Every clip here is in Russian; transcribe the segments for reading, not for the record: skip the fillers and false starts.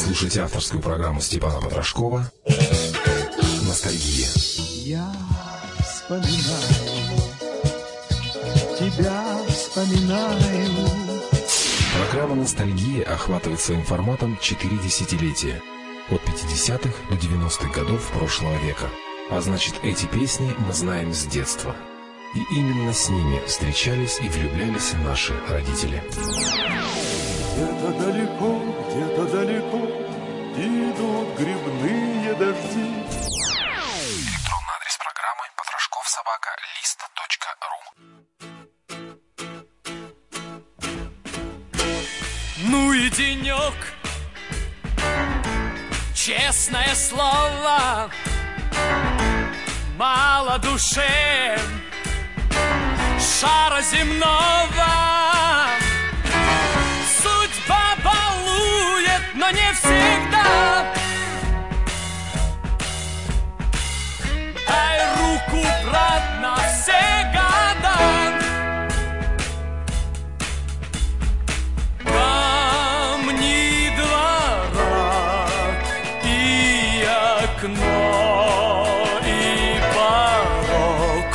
слушаете авторскую программу Степана Потрошкова «Ностальгия». Я вспоминаю, тебя вспоминаю. Программа «Ностальгия» охватывает своим форматом 4 десятилетия. От 50-х до 90-х годов прошлого века. А значит, эти песни мы знаем с детства. И именно с ними встречались и влюблялись наши родители. Где-то далеко идут грибные дожди. Электронный адрес программы потрошков@lista.ru. Ну и денек, честное слово, мало душе шара земного. Судьба балует, но не всегда. Дай руку, брат, на все года. Камни двора и окно, и порог.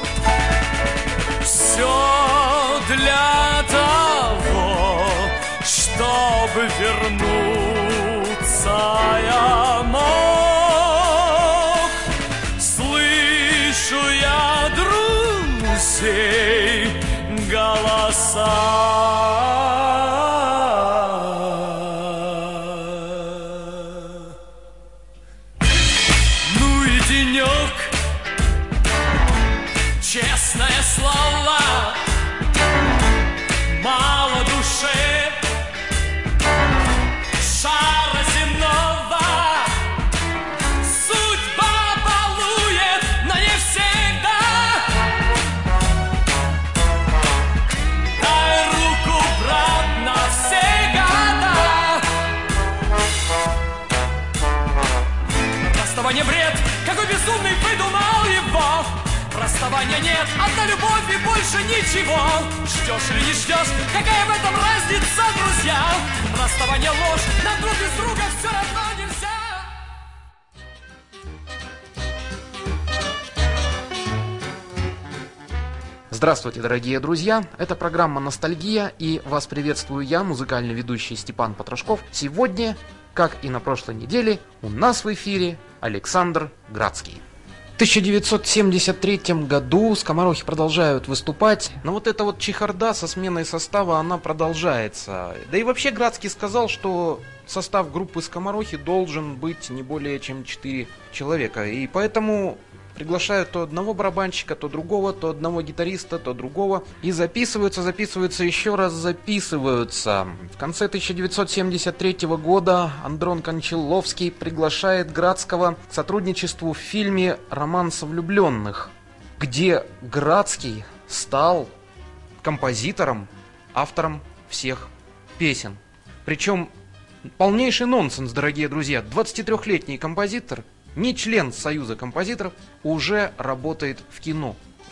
Все для того, чтобы вернуться я мог. Слышу я друзей голоса. Ну и денек, честное слово, мало душе шара земного. Судьба балует, но не всегда. Дай руку, брат, на все года. Расставание бред, какой безумный придумал его. Расставания нет, одна любовь и больше ничего. Ждешь или не ждешь, какая в этом разница, друзья? Расставание ложь, нам друг без друга все равно нельзя. Здравствуйте, дорогие друзья! Это программа «Ностальгия», и вас приветствую я, музыкальный ведущий Степан Потрошков. Сегодня, как и на прошлой неделе, у нас в эфире Александр Градский. В 1973 году скоморохи продолжают выступать, но вот эта вот чехарда со сменой состава, она продолжается. Да и вообще Градский сказал, что состав группы скоморохи должен быть не более чем 4 человека, и поэтому приглашают то одного барабанщика, то другого, то одного гитариста, то другого. И записываются, еще раз записываются. В конце 1973 года Андрон Кончаловский приглашает Градского к сотрудничеству в фильме «Романс влюбленных», где Градский стал композитором, автором всех песен. Причем полнейший нонсенс, дорогие друзья. 23-летний композитор, не член Союза композиторов, уже работает в кино. В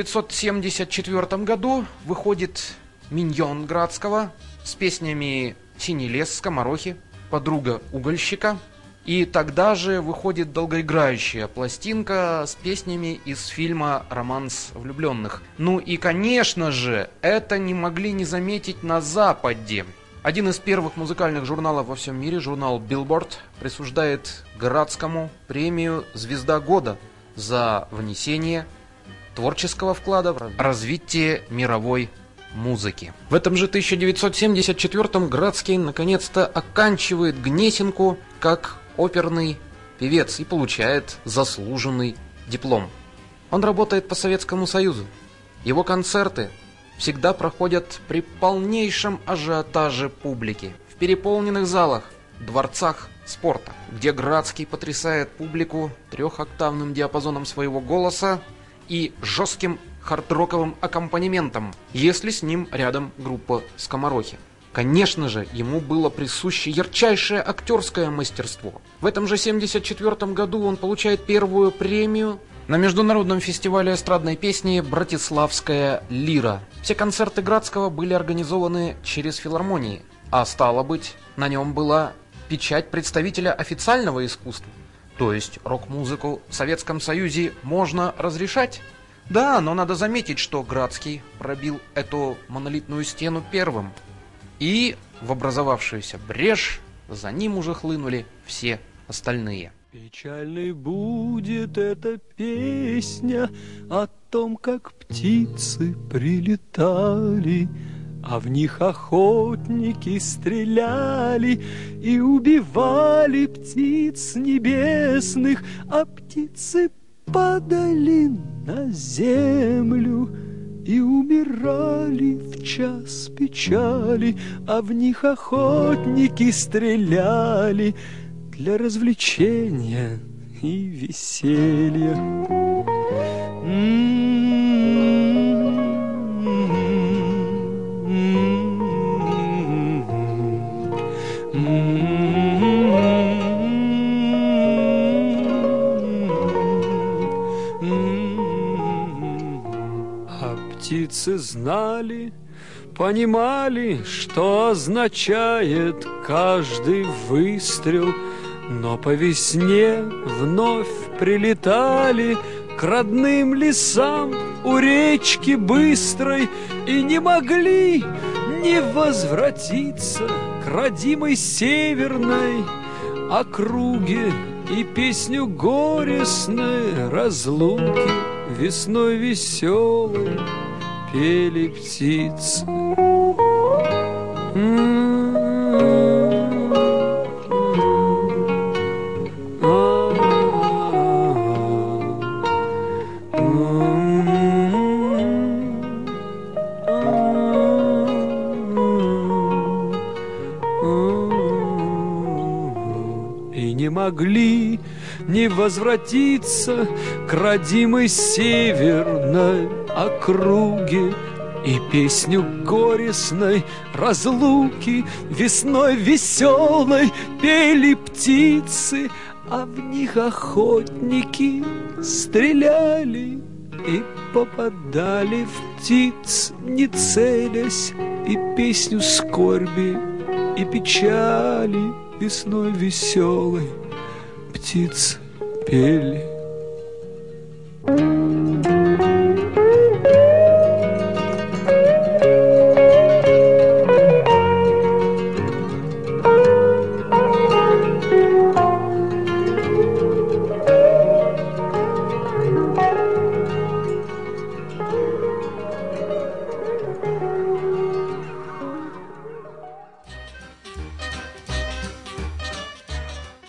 1974 году выходит «Миньон» Градского с песнями «Синий лес», «Скоморохи», «Подруга угольщика». И тогда же выходит долгоиграющая пластинка с песнями из фильма «Романс влюбленных». Ну и, конечно же, это не могли не заметить на Западе. Один из первых музыкальных журналов во всем мире, журнал Billboard, присуждает Градскому премию «Звезда года» за внесение творческого вклада в развитие мировой музыки. В этом же 1974-м Градский наконец-то оканчивает Гнесинку как оперный певец и получает заслуженный диплом. Он работает по Советскому Союзу. Его концерты всегда проходят при полнейшем ажиотаже публики, в переполненных залах, дворцах спорта, где Градский потрясает публику трехоктавным диапазоном своего голоса и жестким хард-роковым аккомпанементом, если с ним рядом группа «Скоморохи». Конечно же, ему было присуще ярчайшее актерское мастерство. В этом же 1974 году он получает первую премию на международном фестивале эстрадной песни «Братиславская лира». Все концерты Градского были организованы через филармонии, а стало быть, на нем была печать представителя официального искусства. То есть рок-музыку в Советском Союзе можно разрешать? Да, но надо заметить, что Градский пробил эту монолитную стену первым. И в образовавшуюся брешь за ним уже хлынули все остальные. Печальной будет эта песня о том, как птицы прилетали, а в них охотники стреляли и убивали птиц небесных, а птицы падали на землю и умирали в час печали, а в них охотники стреляли для развлечения и веселья. А птицы знали, понимали, что означает каждый выстрел, но по весне вновь прилетали к родным лесам у речки быстрой и не могли не возвратиться к родимой северной округе и песню горестной разлуки весной веселой пели птицы. Могли не возвратиться к родимой северной округе и песню горестной разлуки весной веселой пели птицы, а в них охотники стреляли и попадали в птиц, не целясь, и песню скорби и печали весной веселой птиц пели. В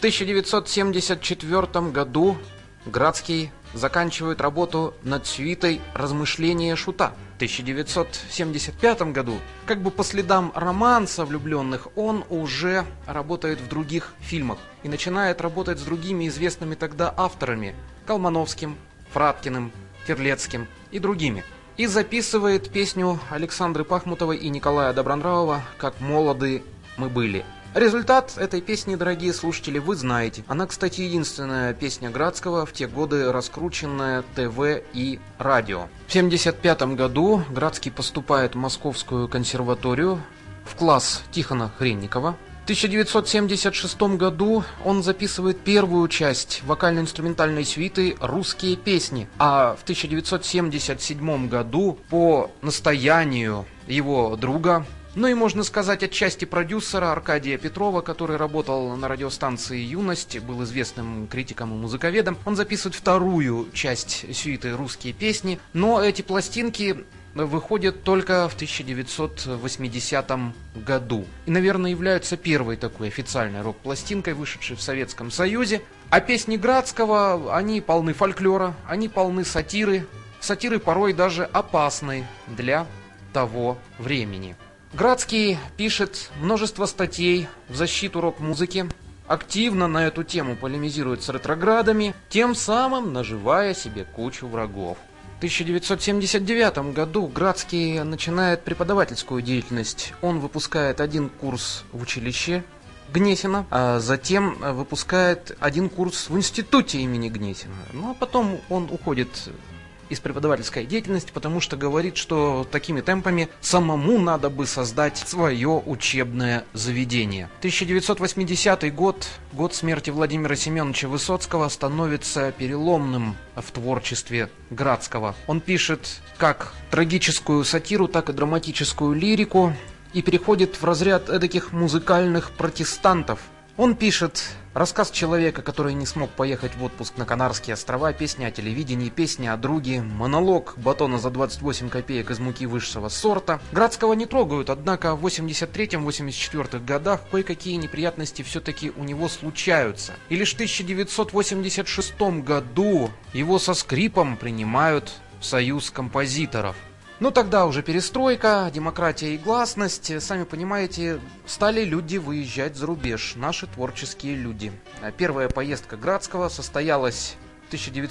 1974 году Градский заканчивает работу над сюитой «Размышления шута». В 1975 году, как бы по следам романса влюбленных, он уже работает в других фильмах и начинает работать с другими известными тогда авторами – Колмановским, Фраткиным, Терлецким и другими. И записывает песню Александры Пахмутовой и Николая Добронравова «Как молоды мы были». Результат этой песни, дорогие слушатели, вы знаете. Она, кстати, единственная песня Градского в те годы, раскрученная ТВ и радио. В 1975 году Градский поступает в Московскую консерваторию в класс Тихона Хренникова. В 1976 году он записывает первую часть вокально-инструментальной сюиты «Русские песни». А в 1977 году по настоянию его друга, ну и, можно сказать, отчасти продюсера Аркадия Петрова, который работал на радиостанции «Юность», был известным критиком и музыковедом, он записывает вторую часть сюиты «Русские песни», но эти пластинки выходят только в 1980 году. И, наверное, являются первой такой официальной рок-пластинкой, вышедшей в Советском Союзе. А песни Градского, они полны фольклора, они полны сатиры. Сатиры порой даже опасны для того времени. Градский пишет множество статей в защиту рок-музыки, активно на эту тему полемизирует с ретроградами, тем самым наживая себе кучу врагов. В 1979 году Градский начинает преподавательскую деятельность. Он выпускает один курс в училище Гнесина, а затем выпускает один курс в институте имени Гнесина. Ну а потом он уходит из преподавательской деятельности, потому что говорит, что такими темпами самому надо бы создать свое учебное заведение. 1980 год, год смерти Владимира Семеновича Высоцкого, становится переломным в творчестве Градского. Он пишет как трагическую сатиру, так и драматическую лирику и переходит в разряд эдаких музыкальных протестантов. Он пишет рассказ человека, который не смог поехать в отпуск на Канарские острова, песня о телевидении, песня о друге, монолог батона за 28 копеек из муки высшего сорта. Градского не трогают, однако в 83-84 годах кое-какие неприятности все-таки у него случаются. И лишь в 1986 году его со скрипом принимают в союз композиторов. Но тогда уже перестройка, демократия и гласность, сами понимаете, стали люди выезжать за рубеж, наши творческие люди. Первая поездка Градского состоялась в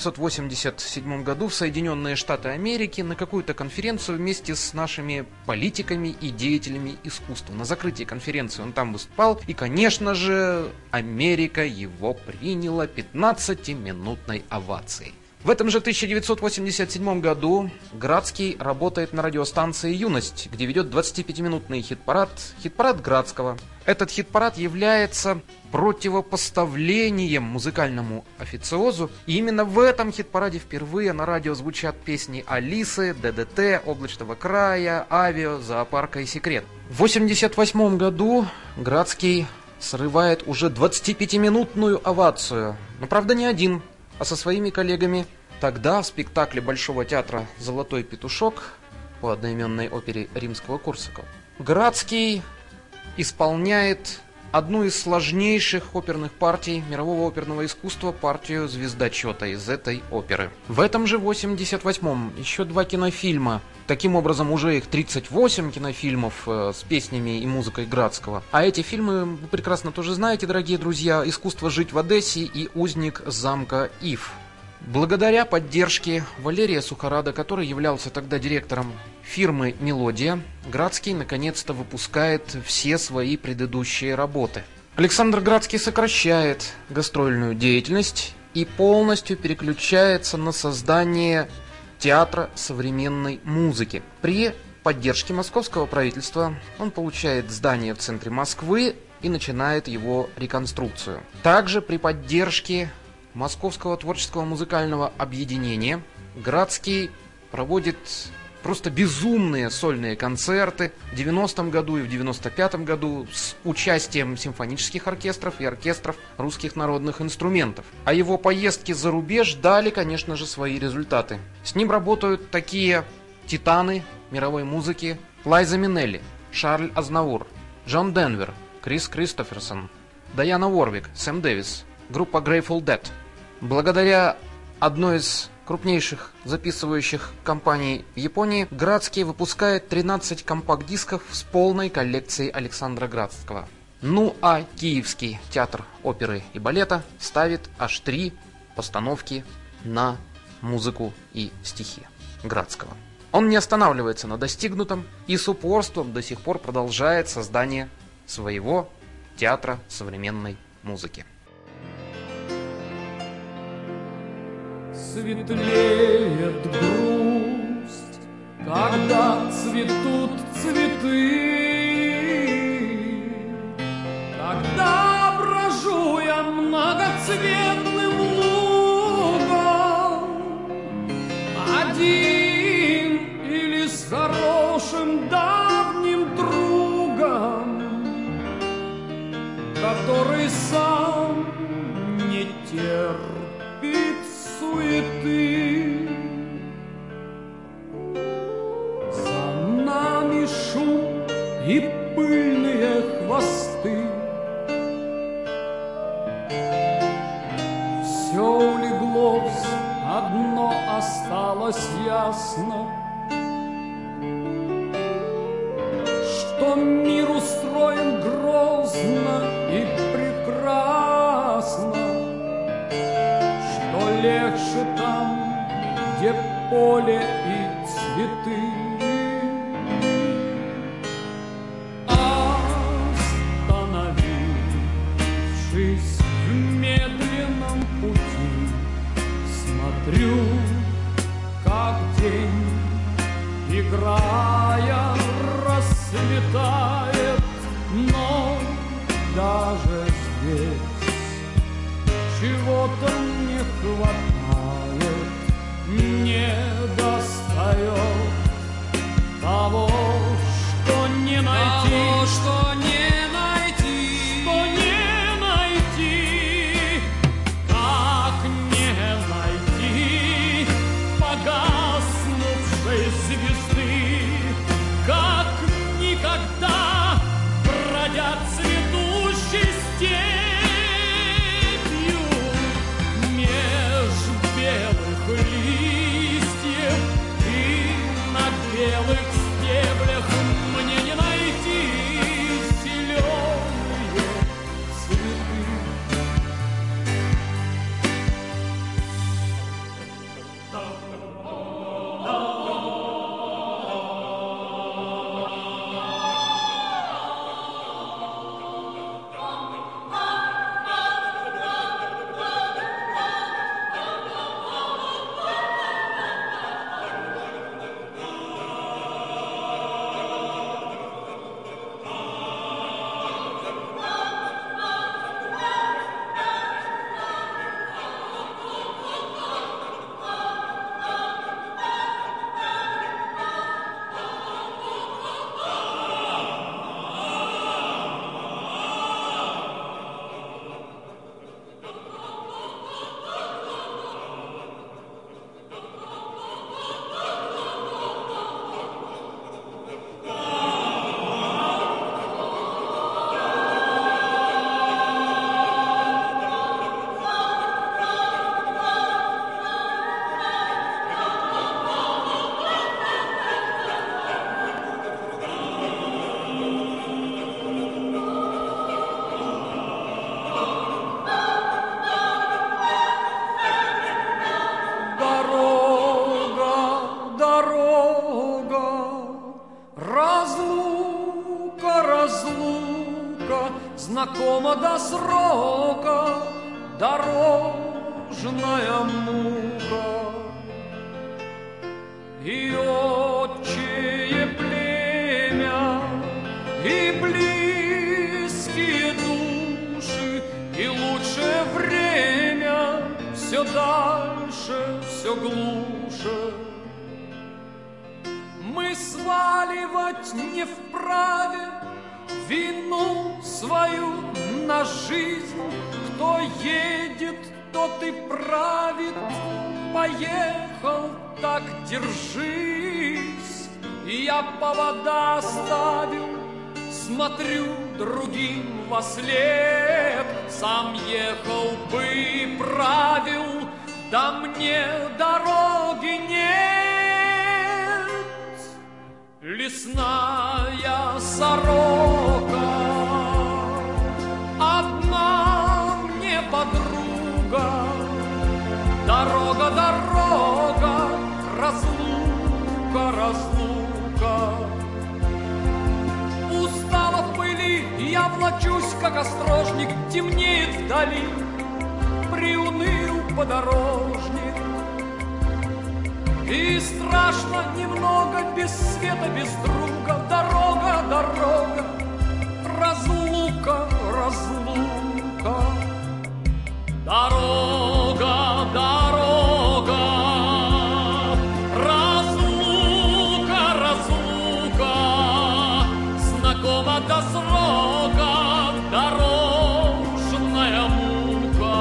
1987 году в Соединенные Штаты Америки на какую-то конференцию вместе с нашими политиками и деятелями искусства. На закрытии конференции он там выступал, и, конечно же, Америка его приняла 15-минутной овацией. В этом же 1987 году Градский работает на радиостанции «Юность», где ведет 25-минутный хит-парад Градского. Этот хит-парад является противопоставлением музыкальному официозу. И именно в этом хит-параде впервые на радио звучат песни Алисы, ДДТ, Облачного края, Авиа, Зоопарка и Секрет. В 1988 году Градский срывает уже 25-минутную овацию. Но, правда, не один, а со своими коллегами. Тогда в спектакле Большого театра «Золотой петушок» по одноименной опере Римского-Корсакова Градский исполняет одну из сложнейших оперных партий мирового оперного искусства, партию звездочета из этой оперы. В этом же 88-м еще 2 кинофильма. Таким образом, уже их 38 кинофильмов с песнями и музыкой Градского. А эти фильмы вы прекрасно тоже знаете, дорогие друзья: «Искусство жить в Одессе» и «Узник замка Ив». Благодаря поддержке Валерия Сухарада, который являлся тогда директором фирмы «Мелодия», Градский наконец-то выпускает все свои предыдущие работы. Александр Градский сокращает гастрольную деятельность и полностью переключается на создание театра современной музыки. При поддержке московского правительства он получает здание в центре Москвы и начинает его реконструкцию. Также при поддержке Московского творческого музыкального объединения Градский проводит просто безумные сольные концерты в 90-м году и в 95-м году с участием симфонических оркестров и оркестров русских народных инструментов. А его поездки за рубеж дали, конечно же, свои результаты. С ним работают такие титаны мировой музыки: Лайза Минелли, Шарль Азнавур, Джон Денвер, Крис Кристоферсон, Дайана Уорвик, Сэм Дэвис, группа Grateful Dead. Благодаря одной из крупнейших записывающих компаний в Японии, Градский выпускает 13 компакт-дисков с полной коллекцией Александра Градского. Ну а Киевский театр оперы и балета ставит аж 3 постановки на музыку и стихи Градского. Он не останавливается на достигнутом и с упорством до сих пор продолжает создание своего театра современной музыки. Светлеет грусть, когда цветут цветы, когда брожу я многоцветным лугом, один или с хорошим давним другом, который сам не терпит суеты. За нами шум и пыльные хвосты. Все улеглось, одно осталось ясно, что мир устроен грозно и прекрасно, легче там, где поле и цветы. Остановившись в медленном пути, смотрю, как даже здесь чего-то не хватает, не достает того, что не найти, того, что не найти, что не найти, как не найти погаснувшей звезды, как никогда бродят цветущей степью меж белых листьев и на белых стеблях. Мне не найти зеленые цветы. Знакома до срока дорожная мука, и отчие племя, и близкие души, и лучшее время все дальше, все глуше. Мы сваливать не вправе вину свою на жизнь. Кто едет, тот и правит. Поехал, так держись. И я повода ставил, смотрю другим вослед. Сам ехал бы и правил, да мне дороги нет. Лесная сорока, одна мне подруга. Дорога, дорога, разлука, разлука. Устала в пыли, я влачусь, как острожник. Темнеет вдали, приуныл подорожник. И страшно немного без света, без друга. Дорога, дорога, разлука, разлука. Дорога, дорога, разлука, разлука. Знакома до срока дорожная мука.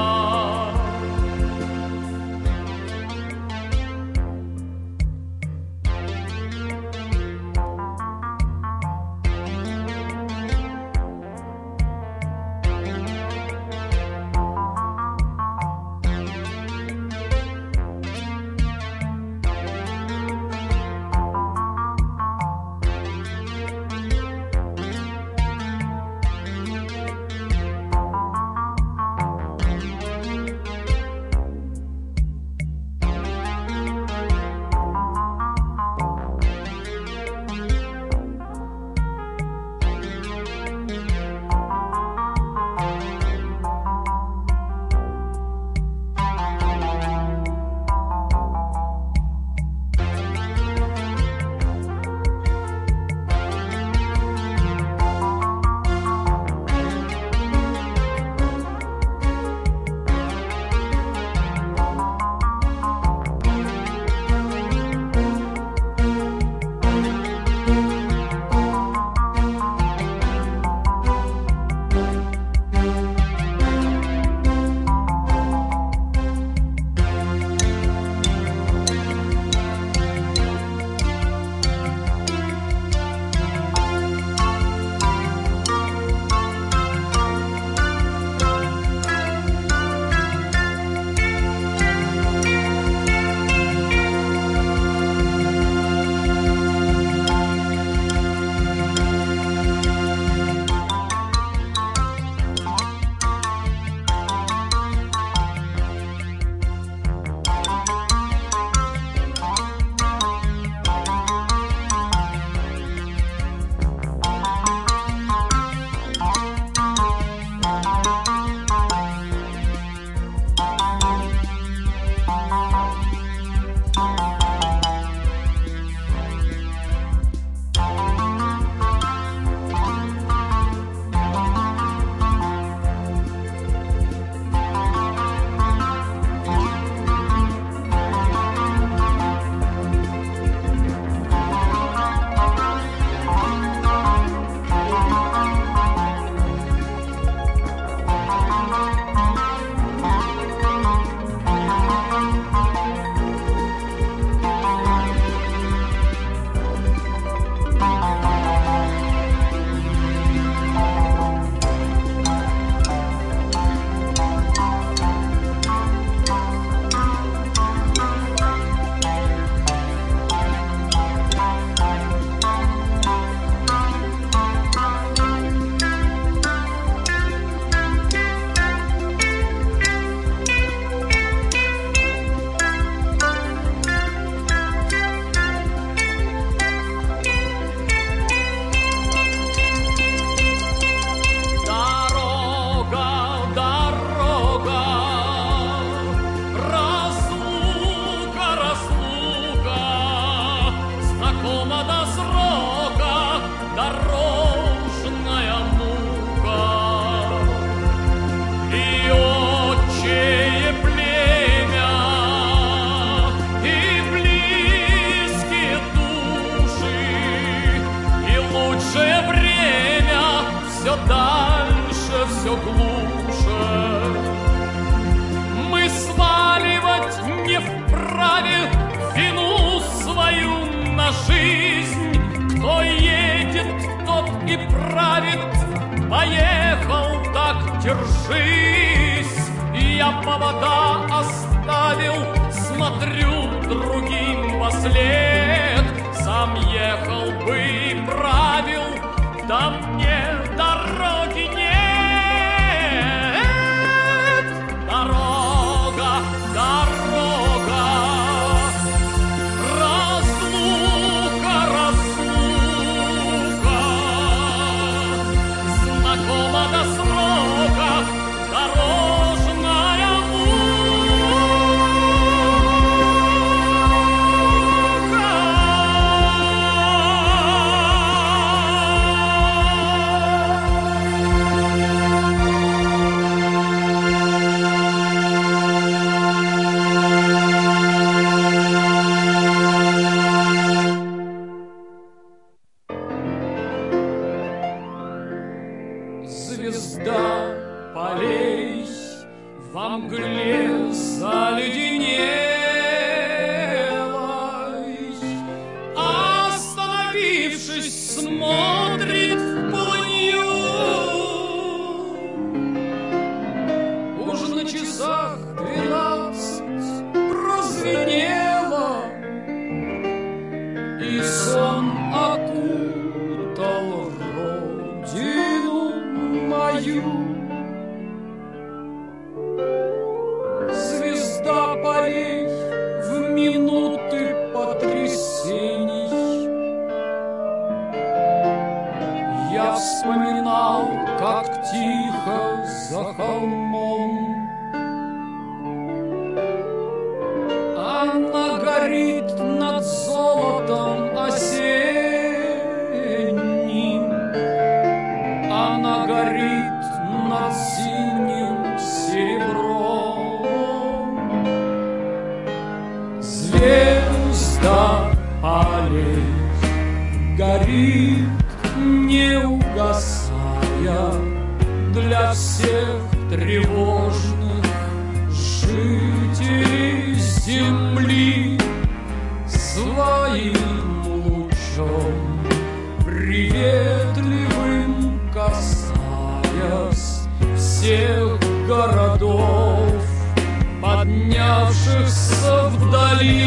все глуше. Мы сваливать не вправе вину свою на жизнь. Кто едет, тот и правит. Поехал, так держись. Я повода оставил, смотрю другим вослед. Сам ехал бы и правил, да мне дороги нет. Дорога, дорога, разлука, разлука, знакома до срока дорожная звезда полей во мгле заледенелась, остановившись, смотрит в полынью. Уж на часах 12 прозвенело, и сон окутал родину мою. Звезда полей в минуты потрясений. Я вспоминал, как тихо за холмом она горит над золотом осенним. Она горит над зимним серебром. Звезда полей горит, не угасая, для всех тревожных жителей земли. Своим лучом приветливым касаясь всех городов, поднявшихся вдали,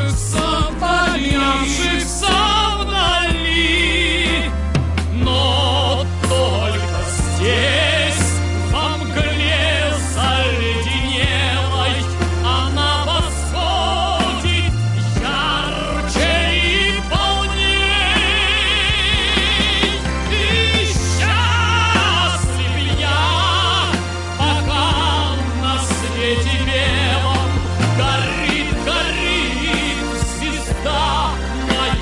поднявшихся вдали. Но только здесь, во мгле заледенелой, она восходит ярче и полней. И счастлив я, пока на свете белом горит, горит звезда моя.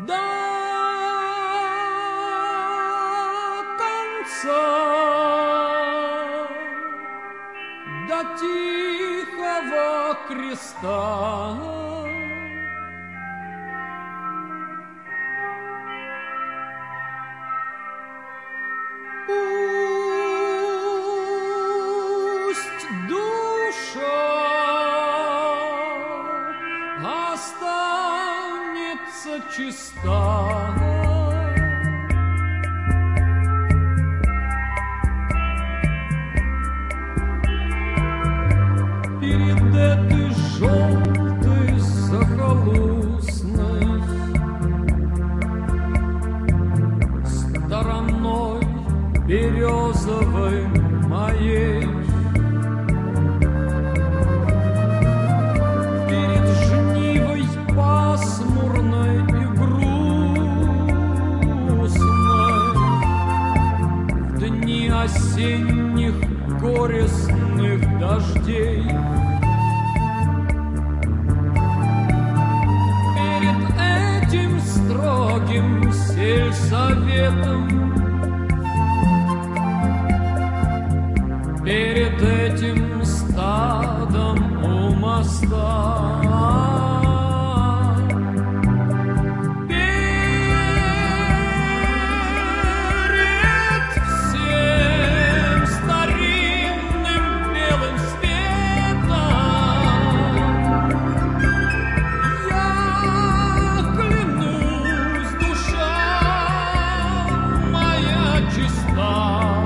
до конца, до тихого креста. Пусть душа останется чиста, перед этой желтой захолустной стороной березовой моей, перед жнивой пасмурной и грустной, в дни осенних горестных дождей, перед этим строгим сельсоветом, перед этим стадом у моста, перед всем старинным белым светом, я клянусь, душа моя чиста.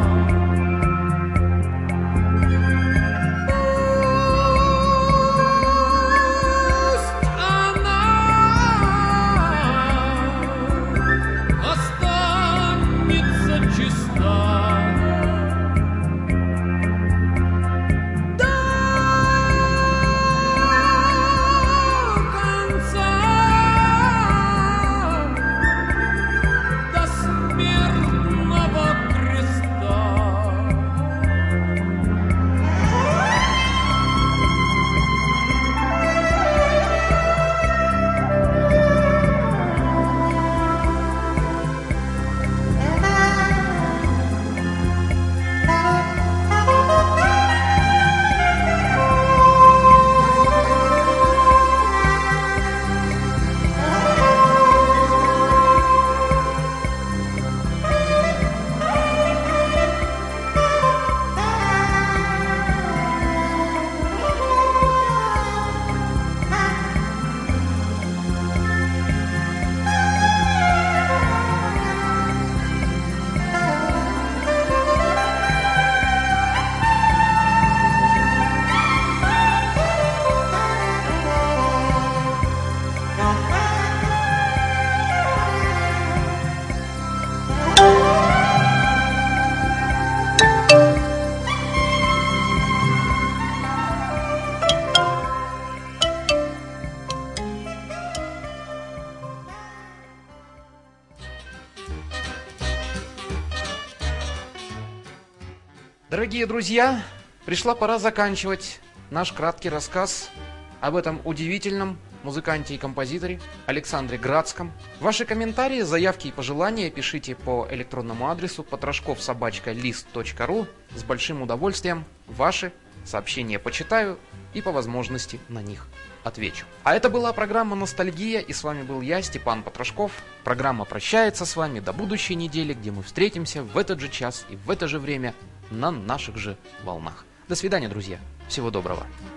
Дорогие друзья, пришла пора заканчивать наш краткий рассказ об этом удивительном музыканте и композиторе Александре Градском. Ваши комментарии, заявки и пожелания пишите по электронному адресу potroshkov@list.ru. С большим удовольствием ваши сообщения почитаю и по возможности на них отвечу. А это была программа «Ностальгия», и с вами был я, Степан Потрошков. Программа прощается с вами до будущей недели, где мы встретимся в этот же час и в это же время на наших же волнах. До свидания, друзья. Всего доброго.